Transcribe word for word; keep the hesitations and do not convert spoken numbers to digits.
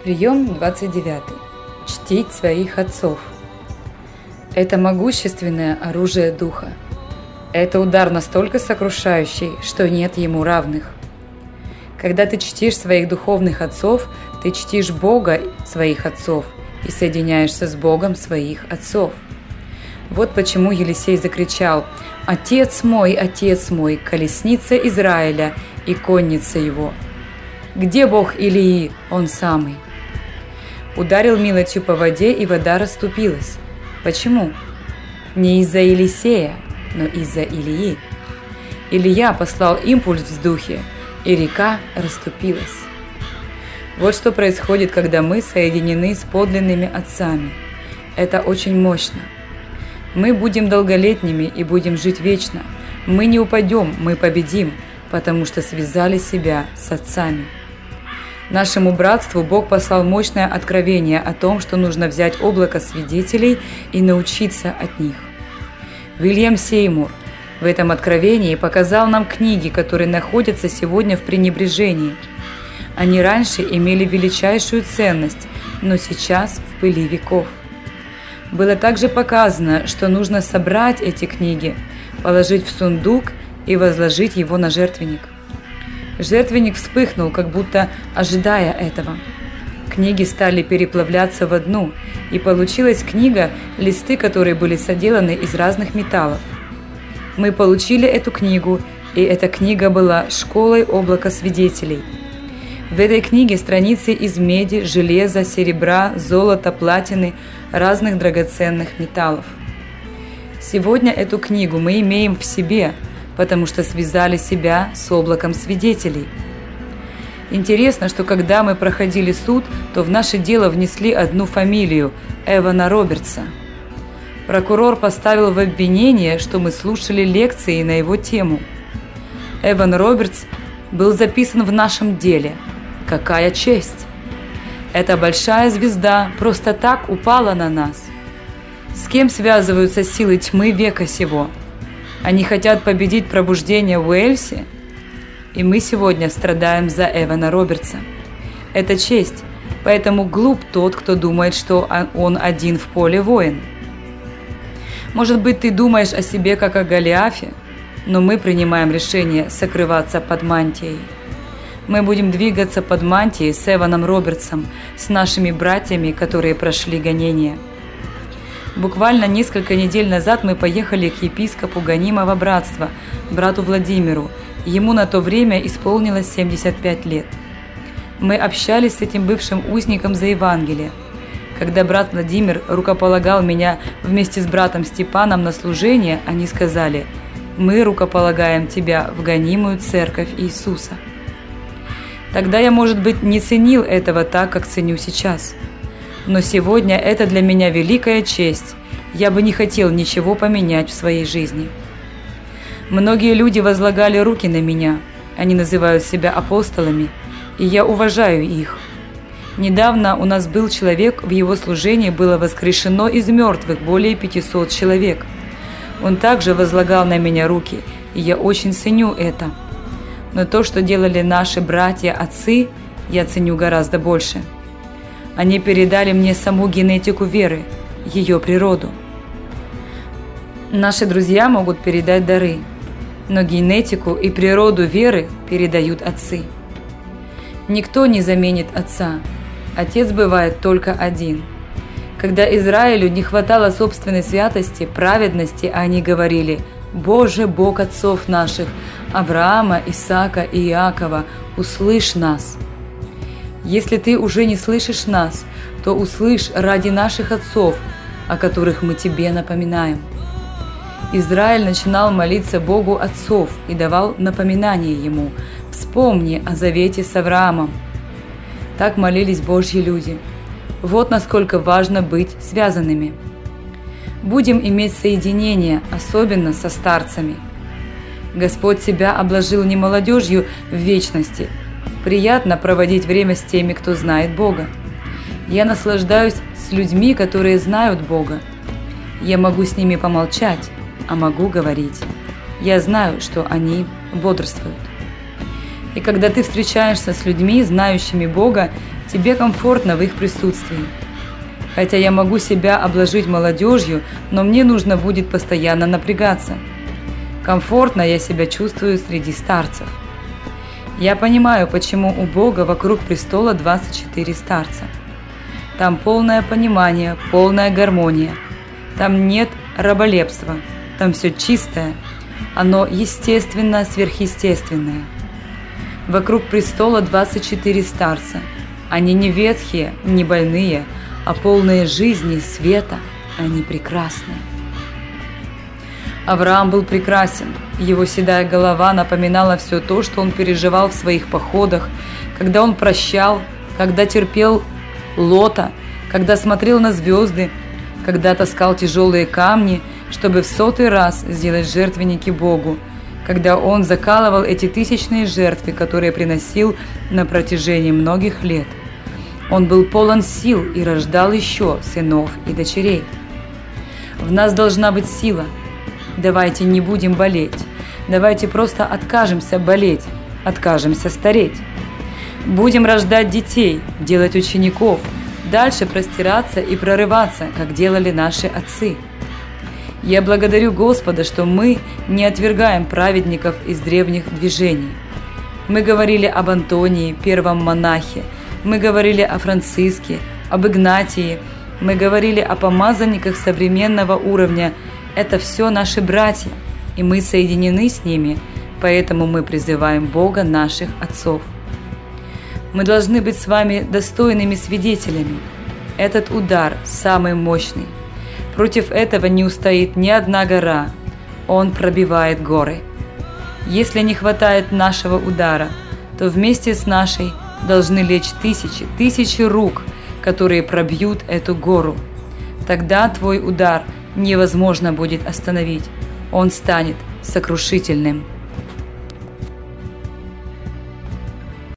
Прием двадцать девятый. Чтить своих отцов. Это могущественное оружие духа. Это удар настолько сокрушающий, что нет ему равных. Когда ты чтишь своих духовных отцов, ты чтишь Бога своих отцов и соединяешься с Богом своих отцов. Вот почему Елисей закричал: «Отец мой, отец мой, колесница Израиля и конница его! Где Бог Илии, он самый?» Ударил милостью по воде, и вода расступилась. Почему? Не из-за Елисея, но из-за Илии. Илия послал импульс в духе, и река расступилась. Вот что происходит, когда мы соединены с подлинными отцами. Это очень мощно. Мы будем долголетними и будем жить вечно. Мы не упадем, мы победим, потому что связали себя с отцами. Нашему братству Бог послал мощное откровение о том, что нужно взять облако свидетелей и научиться от них. Уильям Сеймур в этом откровении показал нам книги, которые находятся сегодня в пренебрежении. Они раньше имели величайшую ценность, но сейчас в пыли веков. Было также показано, что нужно собрать эти книги, положить в сундук и возложить его на жертвенник. Жертвенник вспыхнул, как будто ожидая этого. Книги стали переплавляться в одну, и получилась книга, листы которой были соделаны из разных металлов. Мы получили эту книгу, и эта книга была школой облака свидетелей. В этой книге страницы из меди, железа, серебра, золота, платины, разных драгоценных металлов. Сегодня эту книгу мы имеем в себе, потому что связали себя с облаком свидетелей. Интересно, что когда мы проходили суд, то в наше дело внесли одну фамилию – Эвана Робертса. Прокурор поставил в обвинение, что мы слушали лекции на его тему. Эван Робертс был записан в нашем деле. Какая честь! Эта большая звезда просто так упала на нас. С кем связываются силы тьмы века сего? Они хотят победить пробуждение в Уэльсе, и мы сегодня страдаем за Эвана Робертса. Это честь, поэтому глуп тот, кто думает, что он один в поле воин. Может быть, ты думаешь о себе как о Голиафе, но мы принимаем решение сокрываться под мантией. Мы будем двигаться под мантией с Эваном Робертсом, с нашими братьями, которые прошли гонения. Буквально несколько недель назад мы поехали к епископу гонимого братства, брату Владимиру. Ему на то время исполнилось семьдесят пять лет. Мы общались с этим бывшим узником за Евангелие. Когда брат Владимир рукополагал меня вместе с братом Степаном на служение, они сказали: «Мы рукополагаем тебя в гонимую церковь Иисуса». Тогда я, может быть, не ценил этого так, как ценю сейчас. Но сегодня это для меня великая честь. Я бы не хотел ничего поменять в своей жизни. Многие люди возлагали руки на меня. Они называют себя апостолами, и я уважаю их. Недавно у нас был человек, в его служении было воскрешено из мертвых более пятисот человек. Он также возлагал на меня руки, и я очень ценю это. Но то, что делали наши братья-отцы, я ценю гораздо больше. Они передали мне саму генетику веры, ее природу. Наши друзья могут передать дары, но генетику и природу веры передают отцы. Никто не заменит отца. Отец бывает только один. Когда Израилю не хватало собственной святости, праведности, они говорили: «Боже, Бог отцов наших, Авраама, Исаака и Иакова, услышь нас». Если ты уже не слышишь нас, то услышь ради наших отцов, о которых мы тебе напоминаем. Израиль начинал молиться Богу отцов и давал напоминание ему: «Вспомни о завете с Авраамом». Так молились Божьи люди. Вот насколько важно быть связанными. Будем иметь соединение, особенно со старцами. Господь себя обложил не молодежью в вечности. Приятно проводить время с теми, кто знает Бога. Я наслаждаюсь с людьми, которые знают Бога. Я могу с ними помолчать, а могу говорить. Я знаю, что они бодрствуют. И когда ты встречаешься с людьми, знающими Бога, Тебе комфортно в их присутствии. Хотя я могу себя обложить молодежью, но мне нужно будет постоянно напрягаться. Комфортно я себя чувствую среди старцев. Я понимаю, почему у Бога вокруг престола двадцать четыре старца. Там полное понимание, полная гармония. Там нет раболепства, там все чистое. Оно естественно сверхъестественное. Вокруг престола двадцать четыре старца. Они не ветхие, не больные, а полные жизни, света. Они прекрасны. Авраам был прекрасен. Его седая голова напоминала все то, что он переживал в своих походах, когда он прощал, когда терпел Лота, когда смотрел на звезды, когда таскал тяжелые камни, чтобы в сотый раз сделать жертвенники Богу, когда он закалывал эти тысячные жертвы, которые приносил на протяжении многих лет. Он был полон сил и рождал еще сынов и дочерей. В нас должна быть сила. Давайте не будем болеть. Давайте просто откажемся болеть, откажемся стареть. Будем рождать детей, делать учеников, дальше простираться и прорываться, как делали наши отцы. Я благодарю Господа, что мы не отвергаем праведников из древних движений. Мы говорили об Антонии, первом монахе, мы говорили о Франциске, об Игнатии, мы говорили о помазанниках современного уровня. Это все наши братья, и мы соединены с ними, поэтому мы призываем Бога наших отцов. Мы должны быть с вами достойными свидетелями. Этот удар самый мощный. Против этого не устоит ни одна гора. Он пробивает горы. Если не хватает нашего удара, то вместе с нашей должны лечь тысячи, тысячи рук, которые пробьют эту гору. Тогда твой удар невозможно будет остановить. Он станет сокрушительным.